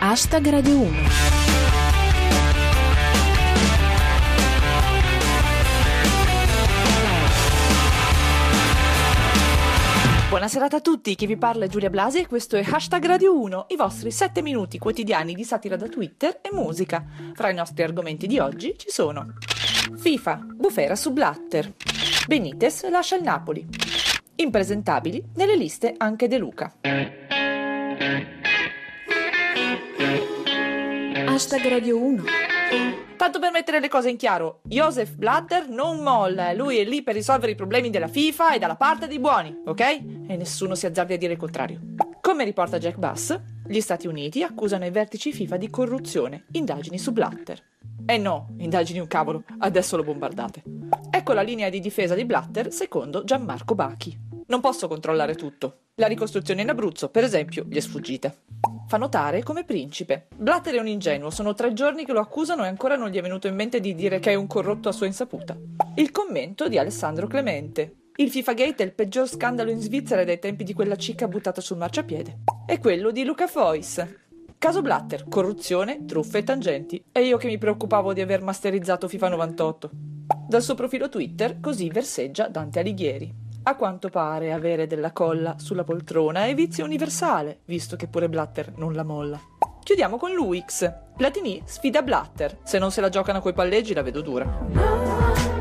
Radio 1. Buonasera a tutti, chi vi parla è Giulia Blasi e questo è Radio 1, i vostri 7 minuti quotidiani di satira da Twitter e musica. Fra i nostri argomenti di oggi ci sono FIFA, bufera su Blatter, Benitez lascia il Napoli, impresentabili nelle liste anche De Luca. Radio 1. Tanto per mettere le cose in chiaro, Joseph Blatter non molla, lui è lì per risolvere i problemi della FIFA e dalla parte dei buoni, ok? E nessuno si azzardi a dire il contrario. Come riporta Jack Bass, gli Stati Uniti accusano i vertici FIFA di corruzione, indagini su Blatter. No, indagini un cavolo, adesso lo bombardate. Ecco la linea di difesa di Blatter secondo Gianmarco Bachi. Non posso controllare tutto. La ricostruzione in Abruzzo, per esempio, gli è sfuggita. Fa notare come principe. Blatter è un ingenuo, sono 3 giorni che lo accusano e ancora non gli è venuto in mente di dire che è un corrotto a sua insaputa. Il commento di Alessandro Clemente. Il FIFA-gate è il peggior scandalo in Svizzera dai tempi di quella cicca buttata sul marciapiede. E quello di Luca Fois. Caso Blatter, corruzione, truffe e tangenti. E io che mi preoccupavo di aver masterizzato FIFA 98. Dal suo profilo Twitter, così verseggia Dante Alighieri. A quanto pare avere della colla sulla poltrona è vizio universale, visto che pure Blatter non la molla. Chiudiamo con l'UX. Platini sfida Blatter. Se non se la giocano coi palleggi la vedo dura.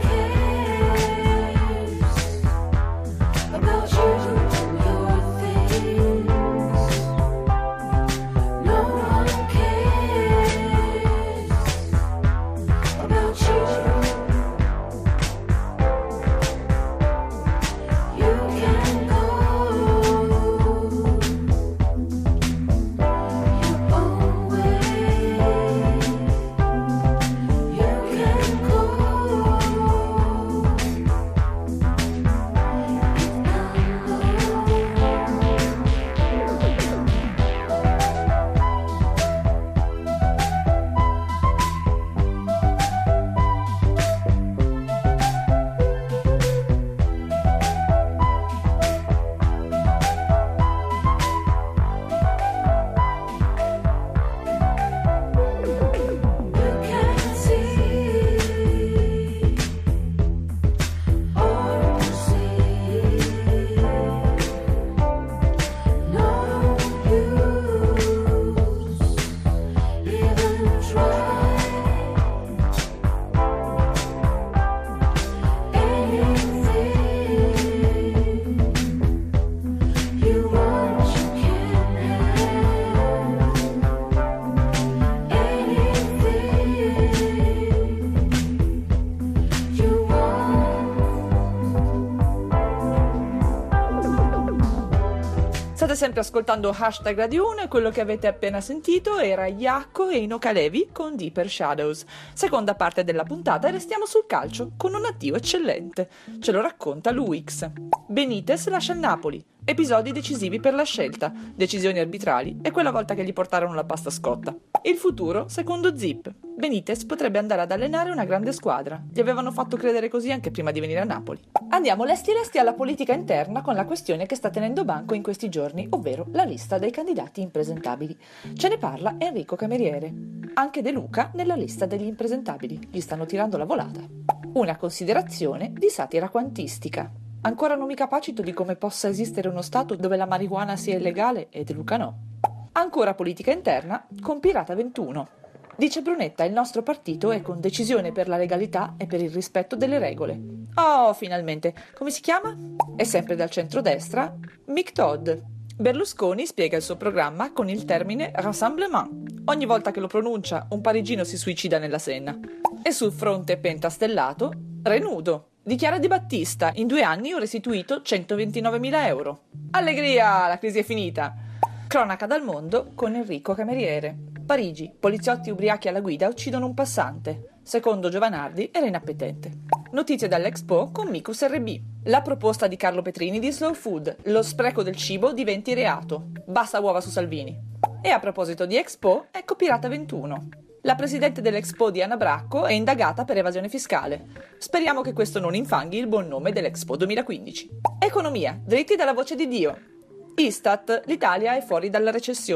State sempre ascoltando Radio 1 e quello che avete appena sentito era Jaakko e Ino Kalevi con Deeper Shadows. Seconda parte della puntata e restiamo sul calcio con un addio eccellente. Ce lo racconta l'UX. Benitez lascia il Napoli. Episodi decisivi per la scelta, decisioni arbitrali e quella volta che gli portarono la pasta scotta. Il futuro, secondo Zip. Benitez potrebbe andare ad allenare una grande squadra. Gli avevano fatto credere così anche prima di venire a Napoli. Andiamo lesti alla politica interna con la questione che sta tenendo banco in questi giorni, ovvero la lista dei candidati impresentabili. Ce ne parla Enrico Cameriere. Anche De Luca nella lista degli impresentabili. Gli stanno tirando la volata. Una considerazione di satira quantistica. Ancora non mi capacito di come possa esistere uno stato dove la marijuana sia illegale e De Luca no. Ancora politica interna con Pirata 21. Dice Brunetta, il nostro partito è con decisione per la legalità e per il rispetto delle regole. Oh, finalmente. Come si chiama? È sempre dal centrodestra, Mick Todd. Berlusconi spiega il suo programma con il termine rassemblement. Ogni volta che lo pronuncia, un parigino si suicida nella Senna. E sul fronte pentastellato, Renudo. Dichiara Di Battista, in 2 anni ho restituito 129.000 euro. Allegria, la crisi è finita. Cronaca dal mondo con Enrico Cameriere. Parigi, poliziotti ubriachi alla guida uccidono un passante. Secondo Giovanardi era inappetente. Notizie dall'Expo con Micus RB. La proposta di Carlo Petrini di Slow Food. Lo spreco del cibo diventi reato. Basta uova su Salvini. E a proposito di Expo, ecco Pirata 21. La presidente dell'Expo Diana Bracco è indagata per evasione fiscale. Speriamo che questo non infanghi il buon nome dell'Expo 2015. Economia, dritti dalla voce di Dio. Istat, l'Italia è fuori dalla recessione.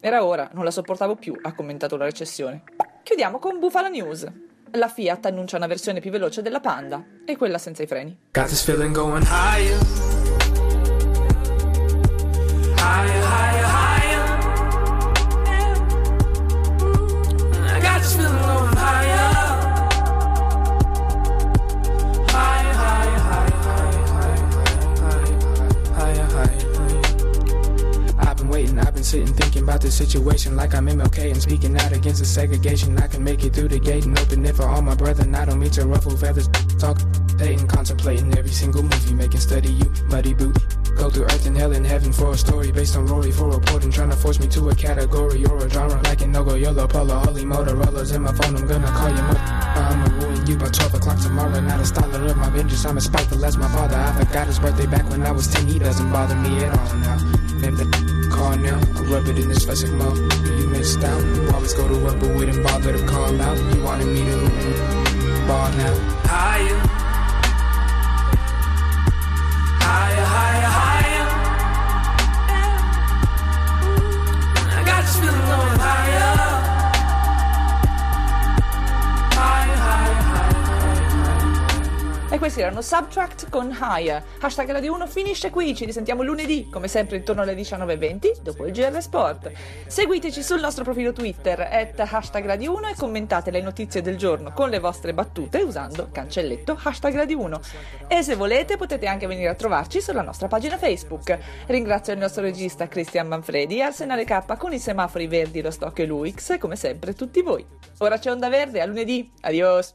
Era ora, non la sopportavo più, ha commentato la recessione. Chiudiamo con Bufala News. La Fiat annuncia una versione più veloce della Panda e quella senza i freni. Got this feeling going higher. Higher, higher, higher. I got this feeling going higher. Higher, higher, higher, higher, higher, higher. I've been waiting, I've been sitting thinking about this situation like I'm MLK and speaking out against the segregation. I can make it through the gate and open it for all my brethren. I don't mean to ruffle feathers, talk, dating, contemplating every single movie, making study you, muddy boot. Go through earth and hell and heaven for a story based on Rory for reporting, trying to force me to a category or a genre like an Nogo, Yellow, Polo, Holy Motorola's in my phone. I'm gonna call you mother. I'ma ruin you by 12 o'clock tomorrow. Not a scholar of my vengeance, I'm as spiteful as my father. I forgot his birthday back when I was 10, he doesn't bother me at all now. Name the call now, I rub it in this face like mom. You missed out, you always go to work but we didn't bother to call out. You wanted me to ball now. Higher, higher, higher, higher. I got this feeling going higher. Higher, higher, higher, higher. E questi erano Subtract con Higher. Hashtag Radio 1 finisce qui, ci risentiamo lunedì, come sempre intorno alle 19:20, dopo il GR Sport. Seguiteci sul nostro profilo Twitter, #hashtag Radio 1 e commentate le notizie del giorno con le vostre battute usando cancelletto hashtag Radio 1. E se volete potete anche venire a trovarci sulla nostra pagina Facebook. Ringrazio il nostro regista Cristian Manfredi, Arsenale K con i semafori verdi, lo stock e l'UX e come sempre tutti voi. Ora c'è Onda Verde, a lunedì, adios!